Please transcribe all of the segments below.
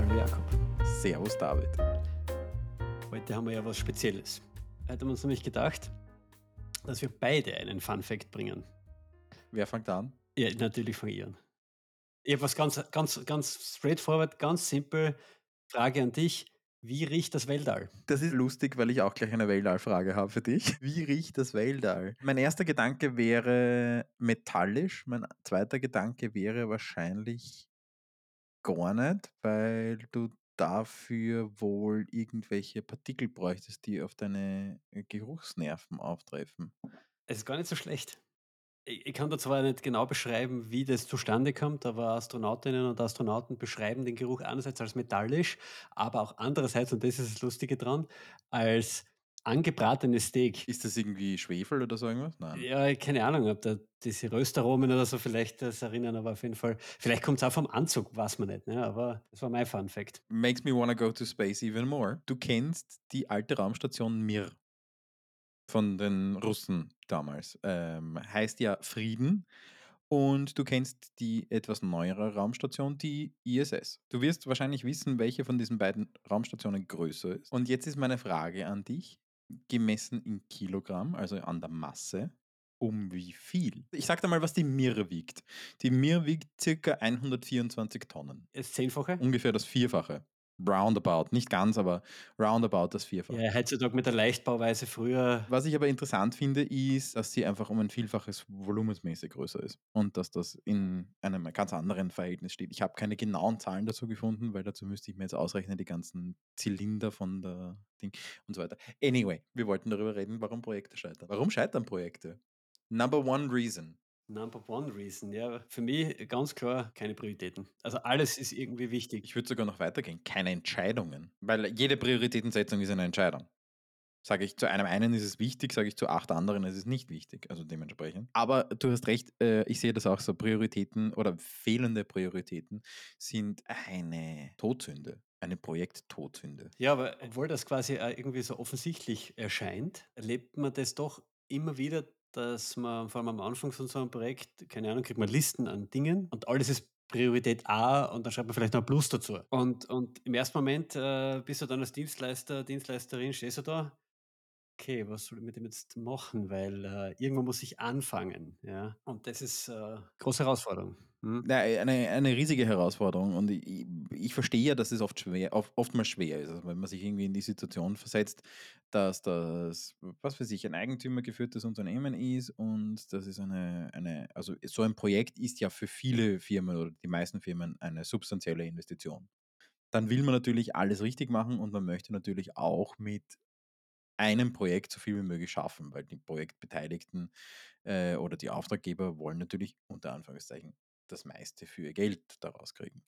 Hallo Jakob. Servus David. Heute haben wir ja was Spezielles. Heute haben wir uns nämlich gedacht, dass wir beide einen Fun Fact bringen. Wer fängt an? Ja, natürlich von ihr. Ich habe was ganz straightforward, ganz simpel. Frage an dich. Wie riecht das Weltall? Das ist lustig, weil ich auch gleich eine Weltall-Frage habe für dich. Wie riecht das Weltall? Mein erster Gedanke wäre metallisch. Mein zweiter Gedanke wäre wahrscheinlich gar nicht, weil du dafür wohl irgendwelche Partikel bräuchtest, die auf deine Geruchsnerven auftreffen. Es ist gar nicht so schlecht. Ich kann da zwar nicht genau beschreiben, wie das zustande kommt, aber Astronautinnen und Astronauten beschreiben den Geruch einerseits als metallisch, aber auch andererseits, und das ist das Lustige dran, als angebratenes Steak. Ist das irgendwie Schwefel oder so irgendwas? Nein. Ja, keine Ahnung, ob da diese Röstaromen oder so vielleicht das erinnern, aber auf jeden Fall vielleicht kommt's auch vom Anzug, weiß man nicht, ne? Aber das war mein Fun Fact. Makes me wanna go to space even more. Du kennst die alte Raumstation Mir von den Russen damals. Heißt ja Frieden. Und du kennst die etwas neuere Raumstation, die ISS. Du wirst wahrscheinlich wissen, welche von diesen beiden Raumstationen größer ist. Und jetzt ist meine Frage an dich, gemessen in Kilogramm, also an der Masse, um wie viel? Ich sag dir mal, was die Mir wiegt. Die Mir wiegt circa 124 Tonnen. Das Zehnfache? Ungefähr das Vierfache. Roundabout, nicht ganz, aber roundabout das Vierfache. Ja, heutzutage mit der Leichtbauweise früher. Was ich aber interessant finde, ist, dass sie einfach um ein Vielfaches volumensmäßig größer ist und dass das in einem ganz anderen Verhältnis steht. Ich habe keine genauen Zahlen dazu gefunden, weil dazu müsste ich mir jetzt ausrechnen, die ganzen Zylinder von der Ding und so weiter. Anyway, wir wollten darüber reden, warum Projekte scheitern. Warum scheitern Projekte? Number one reason. Number one reason, ja. Für mich ganz klar keine Prioritäten. Also alles ist irgendwie wichtig. Ich würde sogar noch weitergehen. Keine Entscheidungen. Weil jede Prioritätensetzung ist eine Entscheidung. Sage ich zu einem einen ist es wichtig, sage ich zu 8 anderen ist es nicht wichtig, also dementsprechend. Aber du hast recht, ich sehe das auch so, Prioritäten oder fehlende Prioritäten sind eine Todsünde, eine Projekttodsünde. Ja, aber obwohl das quasi auch irgendwie so offensichtlich erscheint, erlebt man das doch immer wieder, dass man vor allem am Anfang von so einem Projekt, keine Ahnung, kriegt man Listen an Dingen und alles ist Priorität A und dann schreibt man vielleicht noch ein Plus dazu. Und im ersten Moment bist du dann als Dienstleister, Dienstleisterin, stehst du da, okay, was soll ich mit dem jetzt machen? Weil irgendwo muss ich anfangen. Ja? Und das ist große Herausforderung. Hm? Na, eine riesige Herausforderung und ich verstehe ja, dass es oftmals schwer ist, also wenn man sich irgendwie in die Situation versetzt, dass das, was weiß ich, ein eigentümergeführtes Unternehmen ist und das ist also so ein Projekt ist ja für viele Firmen oder die meisten Firmen eine substanzielle Investition. Dann will man natürlich alles richtig machen und man möchte natürlich auch mit einem Projekt so viel wie möglich schaffen, weil die Projektbeteiligten oder die Auftraggeber wollen natürlich unter Anführungszeichen das meiste für ihr Geld daraus kriegen.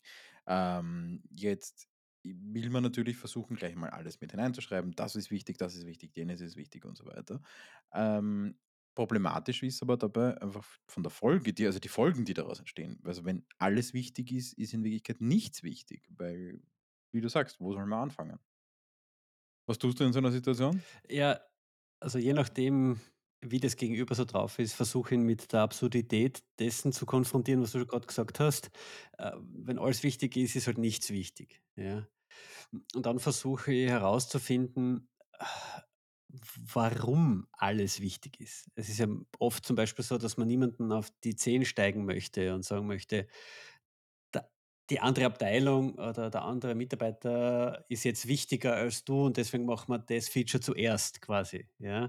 Jetzt will man natürlich versuchen, gleich mal alles mit hineinzuschreiben. Das ist wichtig, jenes ist wichtig und so weiter. Ähm, Problematisch ist aber dabei einfach von der Folge, also die Folgen, die daraus entstehen. Also wenn alles wichtig ist, ist in Wirklichkeit nichts wichtig, weil, wie du sagst, wo soll man anfangen? Was tust du in so einer Situation? Ja, also je nachdem, wie das Gegenüber so drauf ist, versuche ihn mit der Absurdität dessen zu konfrontieren, was du gerade gesagt hast. Wenn alles wichtig ist, ist halt nichts wichtig. Ja? Und dann versuche ich herauszufinden, warum alles wichtig ist. Es ist ja oft zum Beispiel so, dass man niemanden auf die Zehen steigen möchte und sagen möchte, da, die andere Abteilung oder der andere Mitarbeiter ist jetzt wichtiger als du und deswegen machen wir das Feature zuerst quasi. Ja?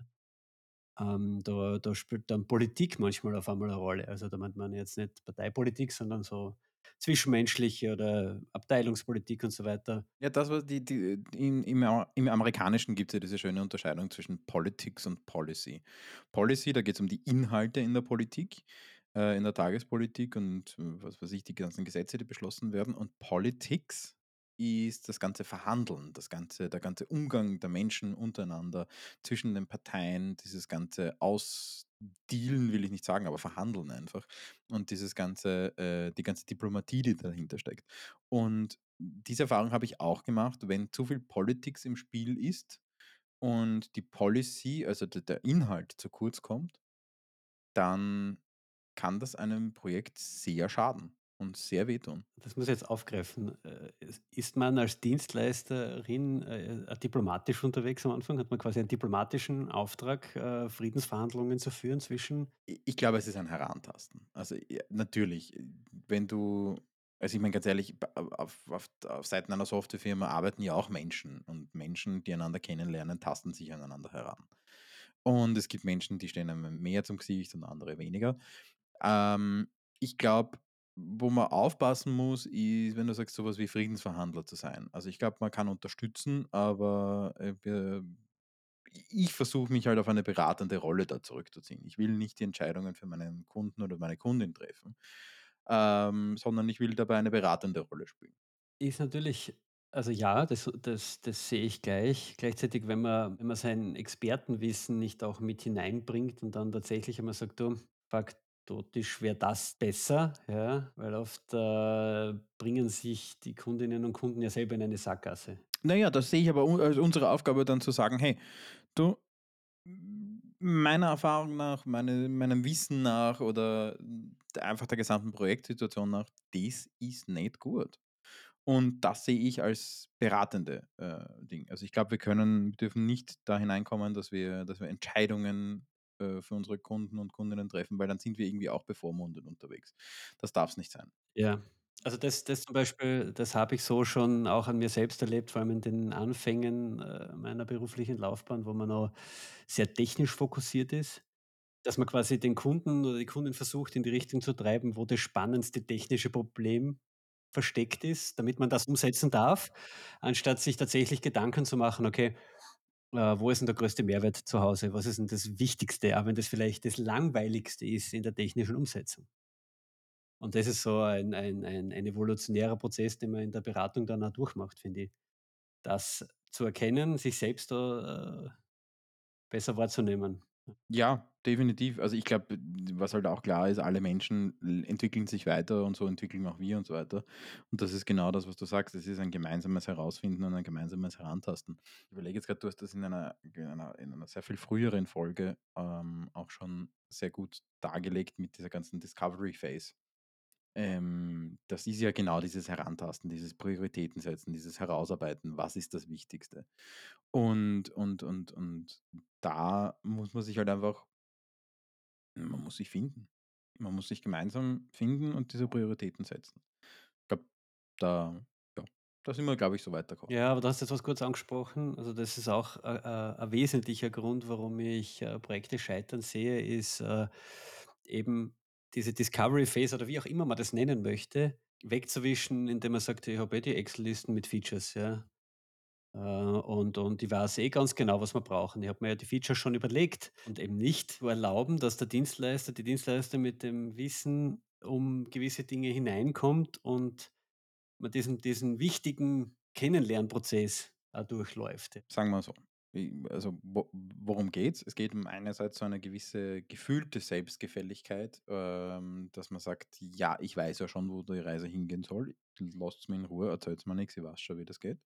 Da spielt dann Politik manchmal auf einmal eine Rolle. Also da meint man jetzt nicht Parteipolitik, sondern so zwischenmenschliche oder Abteilungspolitik und so weiter. Ja, das war im Amerikanischen gibt es ja diese schöne Unterscheidung zwischen Politics und Policy. Policy, da geht es um die Inhalte in der Politik, in der Tagespolitik und was weiß ich, die ganzen Gesetze, die beschlossen werden. Und Politics ist das ganze Verhandeln, der ganze Umgang der Menschen untereinander, zwischen den Parteien, dieses ganze Ausdealen will ich nicht sagen, aber verhandeln einfach. Und die ganze Diplomatie, die dahinter steckt. Und diese Erfahrung habe ich auch gemacht, wenn zu viel Politics im Spiel ist und die Policy, also der Inhalt zu kurz kommt, dann kann das einem Projekt sehr schaden. und sehr wehtun. Das muss ich jetzt aufgreifen. Ist man als Dienstleisterin, diplomatisch unterwegs am Anfang? Hat man quasi einen diplomatischen Auftrag, Friedensverhandlungen zu führen zwischen Ich glaube, es ist ein Herantasten. Also, natürlich, wenn du also, ich meine ganz ehrlich, auf Seiten einer Softwarefirma arbeiten ja auch Menschen und Menschen, die einander kennenlernen, tasten sich aneinander heran. Und es gibt Menschen, die stehen einem mehr zum Gesicht und andere weniger. Ähm, Ich glaube, wo man aufpassen muss, ist, wenn du sagst, sowas wie Friedensverhandler zu sein. Also, ich glaube, man kann unterstützen, aber, ich versuche mich halt auf eine beratende Rolle da zurückzuziehen. Ich will nicht die Entscheidungen für meinen Kunden oder meine Kundin treffen, sondern ich will dabei eine beratende Rolle spielen. ist natürlich also ja, das sehe ich gleich. Gleichzeitig, wenn man sein Expertenwissen nicht auch mit hineinbringt und dann tatsächlich einmal sagt: „Du, faktisch wäre das besser“, ja, weil oft, bringen sich die Kundinnen und Kunden ja selber in eine Sackgasse. Naja, das sehe ich aber als unsere Aufgabe dann zu sagen: „Hey, du, meiner Erfahrung nach, meinem Wissen nach oder einfach der gesamten Projektsituation nach, das ist nicht gut.“ Und das sehe ich als beratende, Ding. Also, ich glaube, wir dürfen nicht da hineinkommen, dass wir Entscheidungen, für unsere Kunden und Kundinnen treffen, weil dann sind wir irgendwie auch bevormundet unterwegs. Das darf es nicht sein. Ja, also das zum Beispiel, das habe ich so schon auch an mir selbst erlebt, vor allem in den Anfängen, meiner beruflichen Laufbahn, wo man noch sehr technisch fokussiert ist, dass man quasi den Kunden oder die Kundin versucht, in die Richtung zu treiben, wo das spannendste technische Problem versteckt ist, damit man das umsetzen darf, anstatt sich tatsächlich Gedanken zu machen: „Okay, wo ist denn der größte Mehrwert zu Hause? Was ist denn das Wichtigste?“ Auch wenn das vielleicht das Langweiligste ist in der technischen Umsetzung. Und das ist so ein evolutionärer Prozess, den man in der Beratung dann auch durchmacht, finde ich. Das zu erkennen, sich selbst da, besser wahrzunehmen. Ja, definitiv. Also, ich glaube, was halt auch klar ist, alle Menschen entwickeln sich weiter und so entwickeln auch wir und so weiter. Und das ist genau das, was du sagst. Es ist ein gemeinsames Herausfinden und ein gemeinsames Herantasten. Ich überlege jetzt gerade, du hast das in einer sehr viel früheren Folge, auch schon sehr gut dargelegt mit dieser ganzen Discovery Phase. Das ist ja genau dieses Herantasten, dieses Prioritäten setzen, dieses Herausarbeiten, was ist das Wichtigste? Und da muss man sich halt einfach man muss sich finden. Man muss sich gemeinsam finden und diese Prioritäten setzen. Ich glaube, da ja, da sind wir, glaube ich, so weitergekommen. Ja, aber du hast jetzt was kurz angesprochen. Also, das ist auch, ein wesentlicher Grund, warum ich, Projekte scheitern sehe, ist, eben diese Discovery Phase oder wie auch immer man das nennen möchte, wegzuwischen, indem man sagt: „Ich habe eh die Excel-Listen mit Features“, ja. Und ich weiß eh ganz genau, was wir brauchen. Ich habe mir ja die Features schon überlegt und eben nicht zu erlauben, dass der Dienstleister, die Dienstleister mit dem Wissen um gewisse Dinge hineinkommt und man diesen wichtigen Kennenlernprozess durchläuft. Sagen wir so. Also, worum geht's? Es geht um einerseits so eine gewisse gefühlte Selbstgefälligkeit, dass man sagt: „Ja, ich weiß ja schon, wo die Reise hingehen soll. Lasst's mir in Ruhe, erzählt's mir nichts, ich weiß schon, wie das geht.“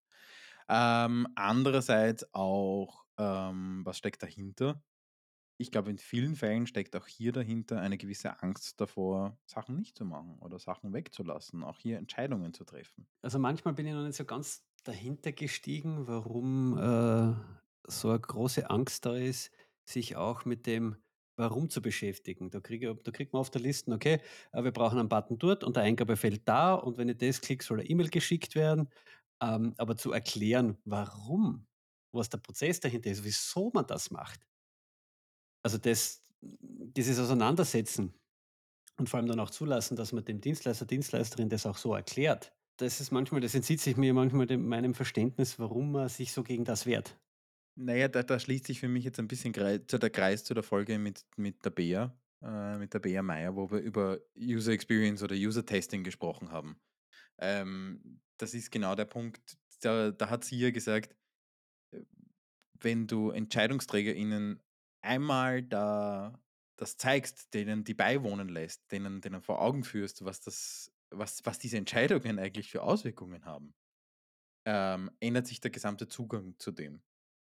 Andererseits auch, was steckt dahinter? Ich glaube, in vielen Fällen steckt auch hier dahinter eine gewisse Angst davor, Sachen nicht zu machen oder Sachen wegzulassen, auch hier Entscheidungen zu treffen. Also, manchmal bin ich noch nicht so ganz dahinter gestiegen, warum, so eine große Angst da ist, sich auch mit dem Warum zu beschäftigen. Da kriegt man auf der Liste, okay, wir brauchen einen Button dort und der Eingabefeld da und wenn ich das klicke, soll eine E-Mail geschickt werden. Aber zu erklären, warum, was der Prozess dahinter ist, wieso man das macht. Also, dieses Auseinandersetzen und vor allem dann auch zulassen, dass man dem Dienstleister, Dienstleisterin das auch so erklärt. Das entzieht sich mir manchmal meinem Verständnis, warum man sich so gegen das wehrt. Naja, da schließt sich für mich jetzt ein bisschen der Kreis zu der Folge mit der Bea Meyer, wo wir über User Experience oder User Testing gesprochen haben. Das ist genau der Punkt. Da hat sie ja gesagt, äh, wenn du EntscheidungsträgerInnen einmal das zeigst, denen die beiwohnen lässt, denen vor Augen führst, was diese Entscheidungen eigentlich für Auswirkungen haben, ändert sich der gesamte Zugang zu dem.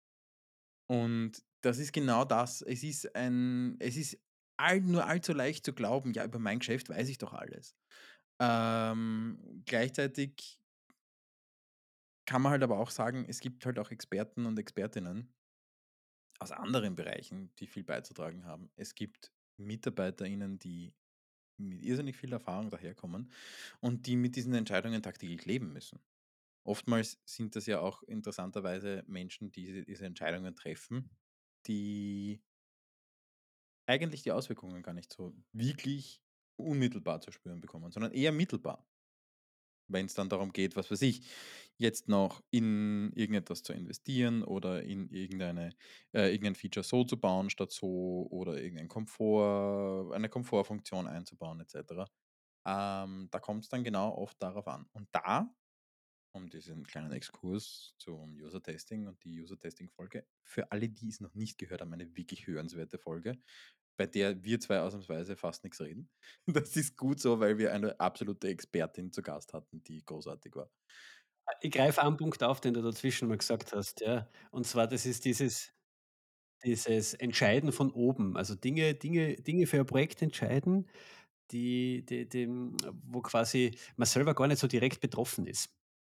Und das ist genau das. Es ist nur allzu leicht zu glauben: „Ja, über mein Geschäft weiß ich doch alles.“ Gleichzeitig kann man halt aber auch sagen, es gibt halt auch Experten und Expertinnen aus anderen Bereichen, die viel beizutragen haben. Es gibt MitarbeiterInnen, die mit irrsinnig viel Erfahrung daherkommen und die mit diesen Entscheidungen tagtäglich leben müssen. Oftmals sind das ja auch interessanterweise Menschen, die diese Entscheidungen treffen, die eigentlich die Auswirkungen gar nicht so wirklich unmittelbar zu spüren bekommen, sondern eher mittelbar. Wenn es dann darum geht, was weiß ich, jetzt noch in irgendetwas zu investieren oder in irgendein Feature so zu bauen statt so oder irgendein Komfort eine Komfortfunktion einzubauen et cetera. Da kommt es dann genau oft darauf an. Und da, um diesen kleinen Exkurs zum User-Testing und die User-Testing-Folge, für alle, die es noch nicht gehört haben, eine wirklich hörenswerte Folge, bei der wir 2 ausnahmsweise fast nichts reden. Das ist gut so, weil wir eine absolute Expertin zu Gast hatten, die großartig war. Ich greife einen Punkt auf, den du dazwischen mal gesagt hast, ja. Und zwar, das ist dieses Entscheiden von oben. Also Dinge für ein Projekt entscheiden, wo quasi man selber gar nicht so direkt betroffen ist.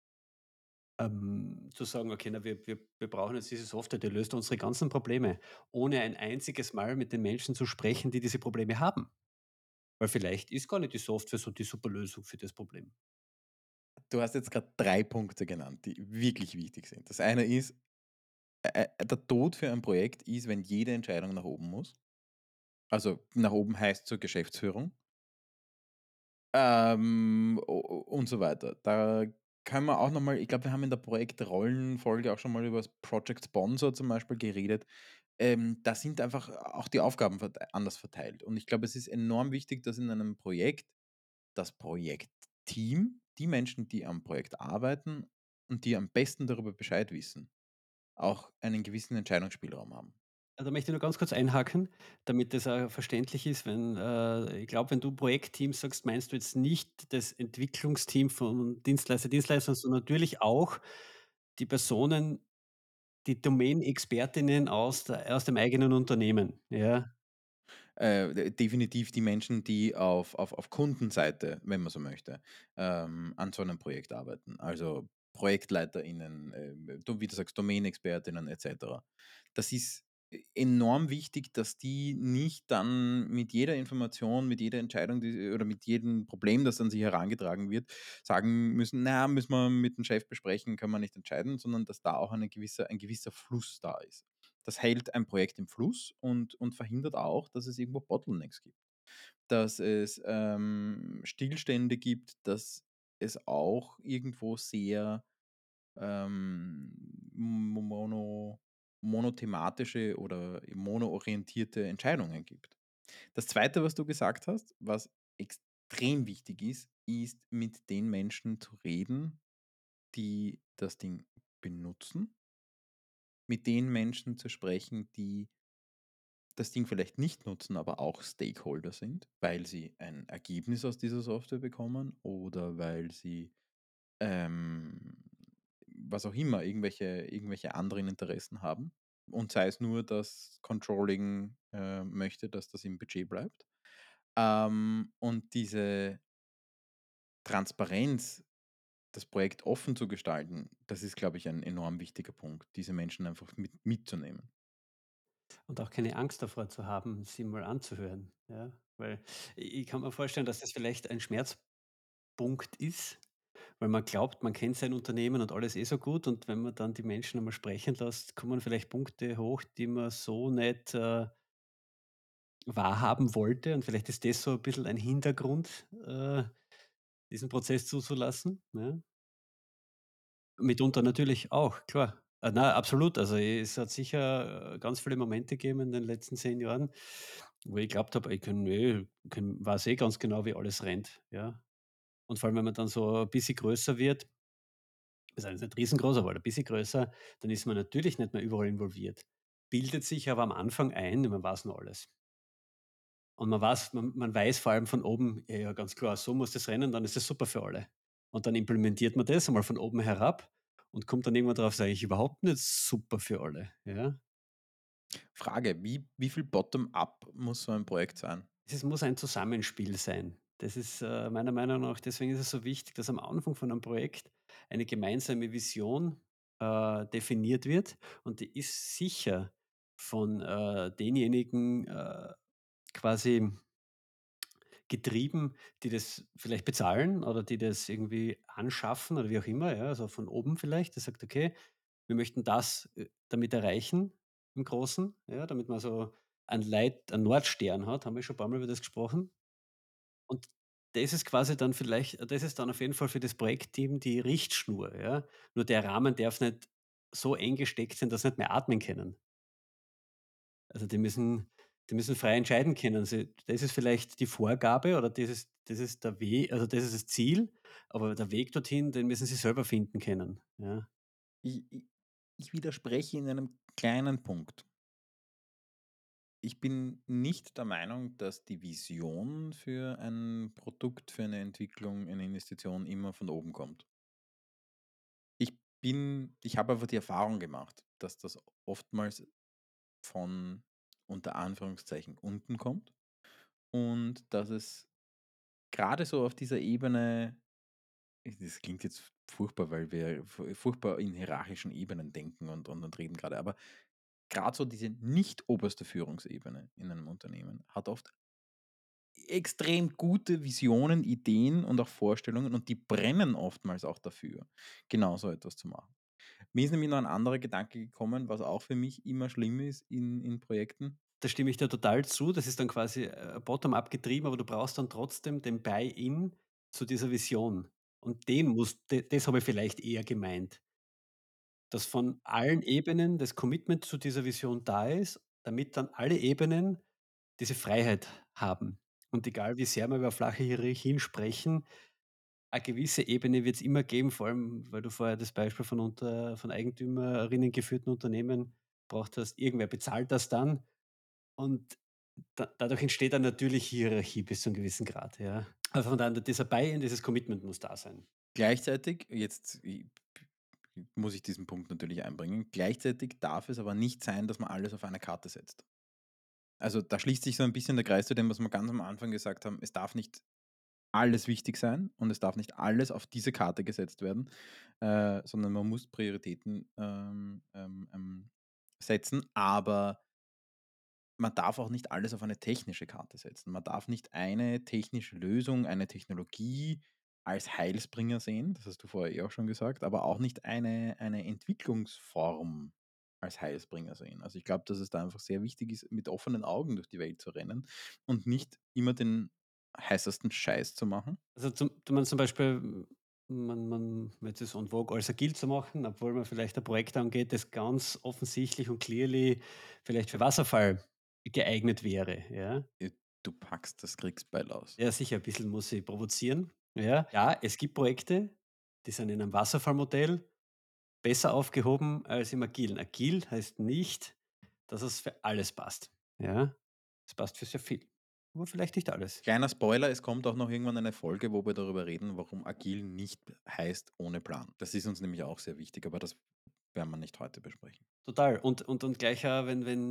Zu sagen: „Okay, na, wir brauchen jetzt diese Software, die löst unsere ganzen Probleme“, ohne ein einziges Mal mit den Menschen zu sprechen, die diese Probleme haben. Weil vielleicht ist gar nicht die Software so die super Lösung für das Problem. Du hast jetzt gerade 3 Punkte genannt, die wirklich wichtig sind. Das eine ist, der Tod für ein Projekt ist, wenn jede Entscheidung nach oben muss. Also, nach oben heißt zur Geschäftsführung. Und so weiter. Da können wir auch noch mal, ich glaube, wir haben in der Projektrollenfolge auch schon mal über das Project Sponsor zum Beispiel geredet. Da sind einfach auch die Aufgaben anders verteilt. Und ich glaube, es ist enorm wichtig, dass in einem Projekt das Projektteam, die Menschen, die am Projekt arbeiten und die am besten darüber Bescheid wissen, auch einen gewissen Entscheidungsspielraum haben. Da möchte ich nur ganz kurz einhaken, damit das auch verständlich ist. Ich glaube, wenn du Projektteam sagst, meinst du jetzt nicht das Entwicklungsteam von Dienstleister, sondern natürlich auch die Personen, die Domain-Expertinnen aus dem eigenen Unternehmen, ja? Definitiv die Menschen, die auf Kundenseite, wenn man so möchte, an so einem Projekt arbeiten. Also ProjektleiterInnen, du, wie du sagst, Domain-ExpertInnen et cetera. Das ist enorm wichtig, dass die nicht dann mit jeder Information, mit jeder Entscheidung, oder mit jedem Problem, das an sie herangetragen wird, sagen müssen: „Na, müssen wir mit dem Chef besprechen, können wir nicht entscheiden“, sondern dass da auch ein gewisser Fluss da ist. Das hält ein Projekt im Fluss und verhindert auch, dass es irgendwo Bottlenecks gibt. Dass es, Stillstände gibt, dass es auch irgendwo sehr, monothematische oder monoorientierte Entscheidungen gibt. Das Zweite, was du gesagt hast, was extrem wichtig ist, ist, mit den Menschen zu reden, die das Ding benutzen, mit den Menschen zu sprechen, die das Ding vielleicht nicht nutzen, aber auch Stakeholder sind, weil sie ein Ergebnis aus dieser Software bekommen oder weil sie, ähm, was auch immer, irgendwelche anderen Interessen haben. Und sei es nur, dass Controlling möchte, dass das im Budget bleibt. Und diese Transparenz, das Projekt offen zu gestalten, das ist, glaube ich, ein enorm wichtiger Punkt, diese Menschen einfach mitzunehmen. Und auch keine Angst davor zu haben, sie mal anzuhören, ja? Weil ich kann mir vorstellen, dass das vielleicht ein Schmerzpunkt ist, weil man glaubt, man kennt sein Unternehmen und alles so gut und wenn man dann die Menschen einmal sprechen lässt, kommen vielleicht Punkte hoch, die man so nicht, wahrhaben wollte und vielleicht ist das so ein bisschen ein Hintergrund, diesen Prozess zuzulassen, ja? Mitunter natürlich auch, klar. Na, absolut. Also, es hat sicher, ganz viele Momente gegeben in den letzten 10 Jahren, wo ich geglaubt habe, ich weiß ganz genau, wie alles rennt, ja. Und vor allem, wenn man dann so ein bisschen größer wird, wir sind jetzt nicht riesengroß, aber ein bisschen größer, dann ist man natürlich nicht mehr überall involviert. Bildet sich aber am Anfang ein, man weiß noch alles. Und man weiß vor allem von oben, ja, ja, ganz klar, so muss das rennen, dann ist das super für alle. Und dann implementiert man das einmal von oben herab und kommt dann irgendwann drauf, ist eigentlich überhaupt nicht super für alle, ja. Frage, wie viel Bottom-up muss so ein Projekt sein? Es muss ein Zusammenspiel sein. Das ist, meiner Meinung nach deswegen ist es so wichtig, dass am Anfang von einem Projekt eine gemeinsame Vision, definiert wird und die ist sicher von, denjenigen, quasi getrieben, die das vielleicht bezahlen oder die das irgendwie anschaffen oder wie auch immer, ja, also von oben vielleicht, der sagt: „Okay, wir möchten das, damit erreichen im Großen“, ja, damit man so einen Nordstern hat, haben wir schon ein paar Mal über das gesprochen. Und das ist quasi dann vielleicht das ist dann auf jeden Fall für das Projektteam die Richtschnur, ja. Nur der Rahmen darf nicht so eng gesteckt sein, dass sie nicht mehr atmen können. Also, die müssen frei entscheiden können. Sie das ist vielleicht die Vorgabe oder das ist der Weg, also, das ist das Ziel, aber der Weg dorthin, den müssen sie selber finden können, ja. Ich widerspreche in einem kleinen Punkt. Ich bin nicht der Meinung, dass die Vision für ein Produkt, für eine Entwicklung, eine Investition immer von oben kommt. Ich habe einfach die Erfahrung gemacht, dass das oftmals von unter Anführungszeichen unten kommt und dass es gerade so auf dieser Ebene, das klingt jetzt furchtbar, weil wir furchtbar in hierarchischen Ebenen denken und reden gerade, aber gerade so diese nicht oberste Führungsebene in einem Unternehmen hat oft extrem gute Visionen, Ideen und auch Vorstellungen und die brennen oftmals auch dafür, genau so etwas zu machen. Mir ist nämlich noch ein anderer Gedanke gekommen, was auch für mich immer schlimm ist in Projekten. Da stimme ich dir total zu. Das ist dann quasi, bottom-up getrieben, aber du brauchst dann trotzdem den Buy-in zu dieser Vision. Und den muss das habe ich vielleicht eher gemeint, dass von allen Ebenen das Commitment zu dieser Vision da ist, damit dann alle Ebenen diese Freiheit haben. Und egal wie sehr wir über flache Hierarchien sprechen, eine gewisse Ebene wird es immer geben, vor allem, weil du vorher das Beispiel von Eigentümerinnen geführten Unternehmen gebracht hast. Irgendwer bezahlt das dann und dadurch entsteht dann natürlich Hierarchie bis zu einem gewissen Grad, ja. Also, von daher, dieser Buy-in, dieses Commitment muss da sein. Gleichzeitig, muss ich diesen Punkt natürlich einbringen, gleichzeitig darf es aber nicht sein, dass man alles auf eine Karte setzt. Also da schließt sich so ein bisschen der Kreis zu dem, was wir ganz am Anfang gesagt haben. Es darf nicht alles wichtig sein und es darf nicht alles auf diese Karte gesetzt werden, sondern man muss Prioritäten setzen, aber man darf auch nicht alles auf eine technische Karte setzen. Man darf nicht eine technische Lösung, eine Technologie als Heilsbringer sehen, das hast du vorher auch schon gesagt, aber auch nicht eine Entwicklungsform als Heilsbringer sehen. Also ich glaube, dass es da einfach sehr wichtig ist, mit offenen Augen durch die Welt zu rennen und nicht immer den heißesten Scheiß zu machen. Also, zum Beispiel, jetzt ist en vogue, alles agil zu machen, obwohl man vielleicht ein Projekt angeht, das ganz offensichtlich und clearly vielleicht für Wasserfall geeignet wäre, ja? Du packst das Kriegsbeil aus. Ja, sicher, ein bisschen muss ich provozieren, ja. Ja, es gibt Projekte, die sind in einem Wasserfallmodell besser aufgehoben als im Agilen. Agil heißt nicht, dass es für alles passt, ja? Es passt für sehr viel, aber vielleicht nicht alles. Kleiner Spoiler, es kommt auch noch irgendwann eine Folge, wo wir darüber reden, warum agil nicht heißt ohne Plan. Das ist uns nämlich auch sehr wichtig, aber das werden wir nicht heute besprechen. Total. Und gleich auch,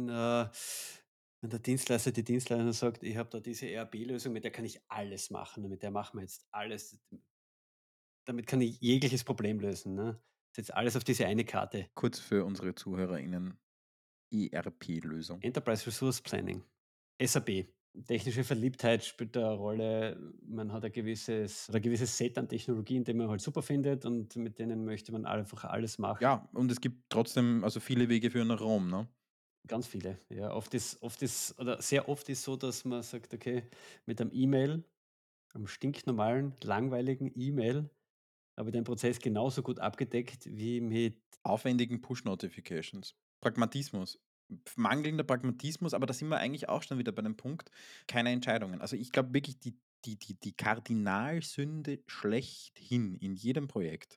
wenn der Dienstleister, die Dienstleisterin sagt: „Ich habe da diese ERP-Lösung, mit der kann ich alles machen. Mit der machen wir jetzt alles. Damit kann ich jegliches Problem lösen“, ne? Setzt alles auf diese eine Karte. Kurz für unsere ZuhörerInnen, ERP-Lösung. Enterprise Resource Planning, SAP. Technische Verliebtheit spielt da 'ne Rolle. Man hat ein gewisses Set an Technologien, die man halt super findet und mit denen möchte man einfach alles machen. Ja, und es gibt trotzdem, also viele Wege führen nach Rom, ne? Ganz viele, ja. Oft ist oder sehr oft ist so, dass man sagt: „Okay, mit einem E-Mail, einem stinknormalen, langweiligen E-Mail habe ich den Prozess genauso gut abgedeckt wie mit“. Aufwendigen Push-Notifications. Pragmatismus. Mangelnder Pragmatismus, aber da sind wir eigentlich auch schon wieder bei dem Punkt, keine Entscheidungen. Also ich glaube wirklich, die Kardinalsünde schlechthin in jedem Projekt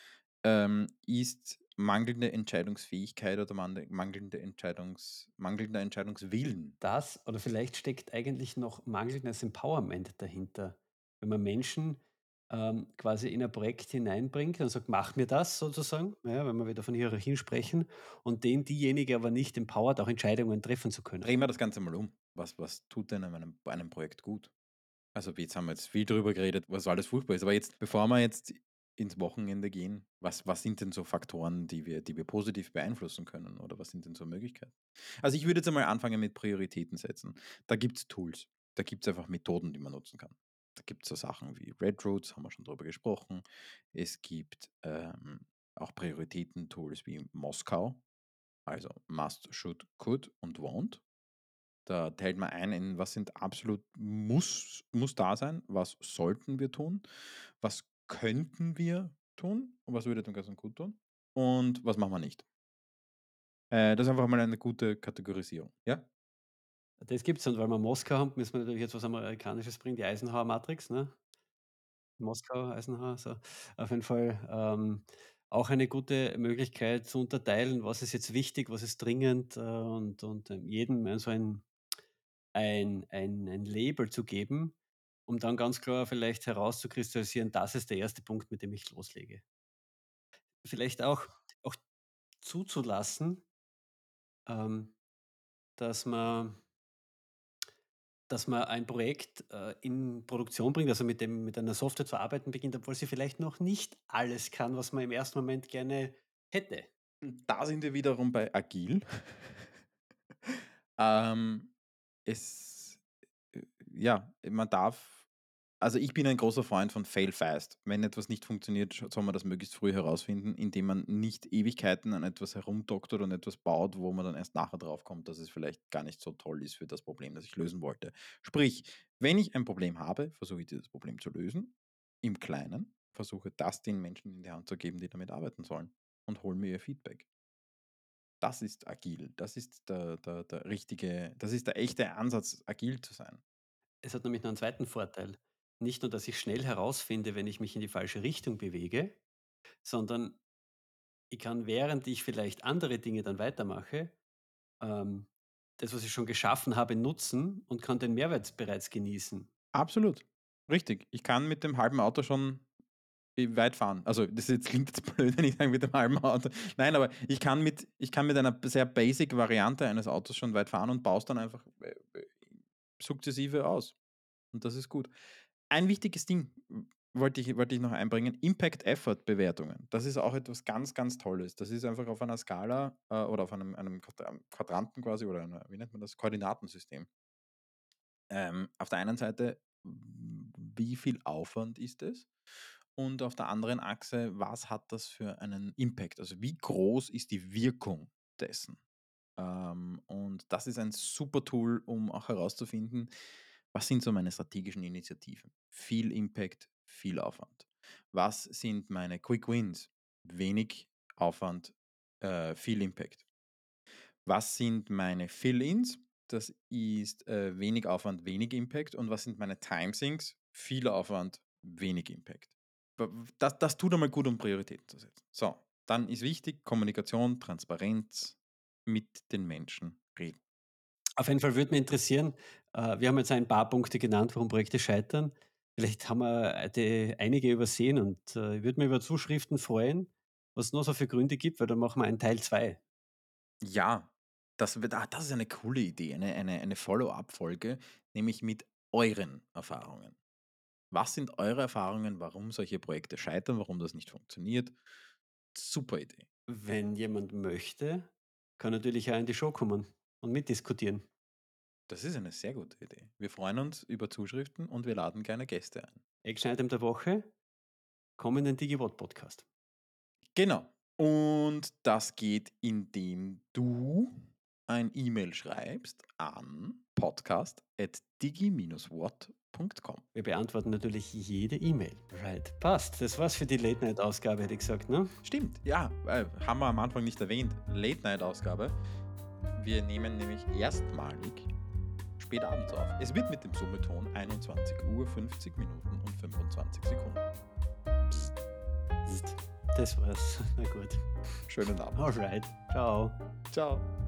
ist mangelnde Entscheidungsfähigkeit oder mangelnder Entscheidungswillen. Das oder vielleicht steckt eigentlich noch mangelndes Empowerment dahinter. Wenn man Menschen, quasi in ein Projekt hineinbringt und sagt: „Mach mir das“, sozusagen, ja, wenn wir wieder von Hierarchien sprechen und diejenige aber nicht empowert, auch Entscheidungen treffen zu können. Drehen wir das Ganze mal um. Was tut denn einem Projekt gut? Also jetzt haben wir jetzt viel drüber geredet, was alles furchtbar ist. Aber jetzt, bevor wir jetzt ins Wochenende gehen, was sind denn so Faktoren, die wir positiv beeinflussen können? Oder was sind denn so Möglichkeiten? Also ich würde jetzt einmal anfangen mit Prioritäten setzen. Da gibt es Tools. Da gibt es einfach Methoden, die man nutzen kann. Da gibt es so Sachen wie Red Routes, haben wir schon drüber gesprochen. Es gibt auch Prioritäten-Tools wie Moskau, also Must, Should, Could und Won't. Da teilt man ein in, was sind absolut muss da sein, was sollten wir tun, was könnten wir tun und was würde dem Ganzen gut tun und was machen wir nicht. Das ist einfach mal eine gute Kategorisierung, ja? Das gibt's und weil wir Moskau haben, müssen wir natürlich jetzt was Amerikanisches bringen, die Eisenhower-Matrix, ne? Moskau, Eisenhower, so. Auf jeden Fall, auch eine gute Möglichkeit zu unterteilen, was ist jetzt wichtig, was ist dringend, und jedem so ein Label zu geben, um dann ganz klar vielleicht herauszukristallisieren, das ist der erste Punkt, mit dem ich loslege. Vielleicht auch zuzulassen, ähm, dass man ein Projekt, in Produktion bringt, also mit einer Software zu arbeiten beginnt, obwohl sie vielleicht noch nicht alles kann, was man im ersten Moment gerne hätte. Da sind wir wiederum bei agil. Ähm, es, ja, man darf, also ich bin ein großer Freund von Fail fast. Wenn etwas nicht funktioniert, soll man das möglichst früh herausfinden, indem man nicht Ewigkeiten an etwas herumdoktert und etwas baut, wo man dann erst nachher drauf kommt, dass es vielleicht gar nicht so toll ist für das Problem, das ich lösen wollte. Sprich, wenn ich ein Problem habe, versuche ich dieses Problem zu lösen, im Kleinen, versuche das den Menschen in die Hand zu geben, die damit arbeiten sollen und hole mir ihr Feedback. Das ist agil. Das ist der richtige, das ist der echte Ansatz, agil zu sein. Es hat nämlich noch einen zweiten Vorteil. Nicht nur, dass ich schnell herausfinde, wenn ich mich in die falsche Richtung bewege, sondern ich kann, während ich vielleicht andere Dinge dann weitermache, ähm, das, was ich schon geschaffen habe, nutzen und kann den Mehrwert bereits genießen. Absolut. Richtig. Ich kann mit dem halben Auto schon weit fahren. Also, das jetzt klingt jetzt blöd, wenn ich sage mit dem halben Auto. Nein, aber ich kann mit einer sehr basic Variante eines Autos schon weit fahren und baue es dann einfach, sukzessive aus. Und das ist gut. Ein wichtiges Ding wollte ich noch einbringen, Impact-Effort-Bewertungen. Das ist auch etwas ganz, ganz Tolles. Das ist einfach auf einer Skala, oder auf einem Quadranten quasi oder einer, wie nennt man das, Koordinatensystem. Auf der einen Seite, wie viel Aufwand ist es? Und auf der anderen Achse, was hat das für einen Impact? Also wie groß ist die Wirkung dessen? Und das ist ein super Tool, um auch herauszufinden, was sind so meine strategischen Initiativen? Viel Impact, viel Aufwand. Was sind meine Quick Wins? Wenig Aufwand, viel Impact. Was sind meine Fill-ins? Das ist wenig Aufwand, wenig Impact. Und was sind meine Time-Sinks? Viel Aufwand, wenig Impact. Das tut einmal gut, um Prioritäten zu setzen. So, dann ist wichtig, Kommunikation, Transparenz, mit den Menschen reden. Auf jeden Fall würde mich interessieren, wir haben jetzt ein paar Punkte genannt, warum Projekte scheitern. Vielleicht haben wir einige übersehen und ich würde mich über Zuschriften freuen, was es noch so für Gründe gibt, weil dann machen wir einen Teil 2. Ja, das ist eine coole Idee, eine Follow-up-Folge, nämlich mit euren Erfahrungen. Was sind eure Erfahrungen, warum solche Projekte scheitern, warum das nicht funktioniert? Super Idee. Wenn jemand möchte, kann natürlich auch in die Show kommen und mitdiskutieren. Das ist eine sehr gute Idee. Wir freuen uns über Zuschriften und wir laden gerne Gäste ein. Eckschneidem der Woche, kommenden DigiWatt-Podcast. Genau. Und das geht, indem du ein E-Mail schreibst an podcast@digi-watt.com. Wir beantworten natürlich jede E-Mail. Right, passt. Das war's für die Late-Night-Ausgabe, hätte ich gesagt, ne? Stimmt, ja, haben wir am Anfang nicht erwähnt. Late-Night-Ausgabe. Wir nehmen nämlich erstmalig spät abends auf. Es wird mit dem Summeton 21 Uhr 50 Minuten und 25 Sekunden. Psst. Das war's. Na gut. Schönen Abend. Alright. Ciao. Ciao.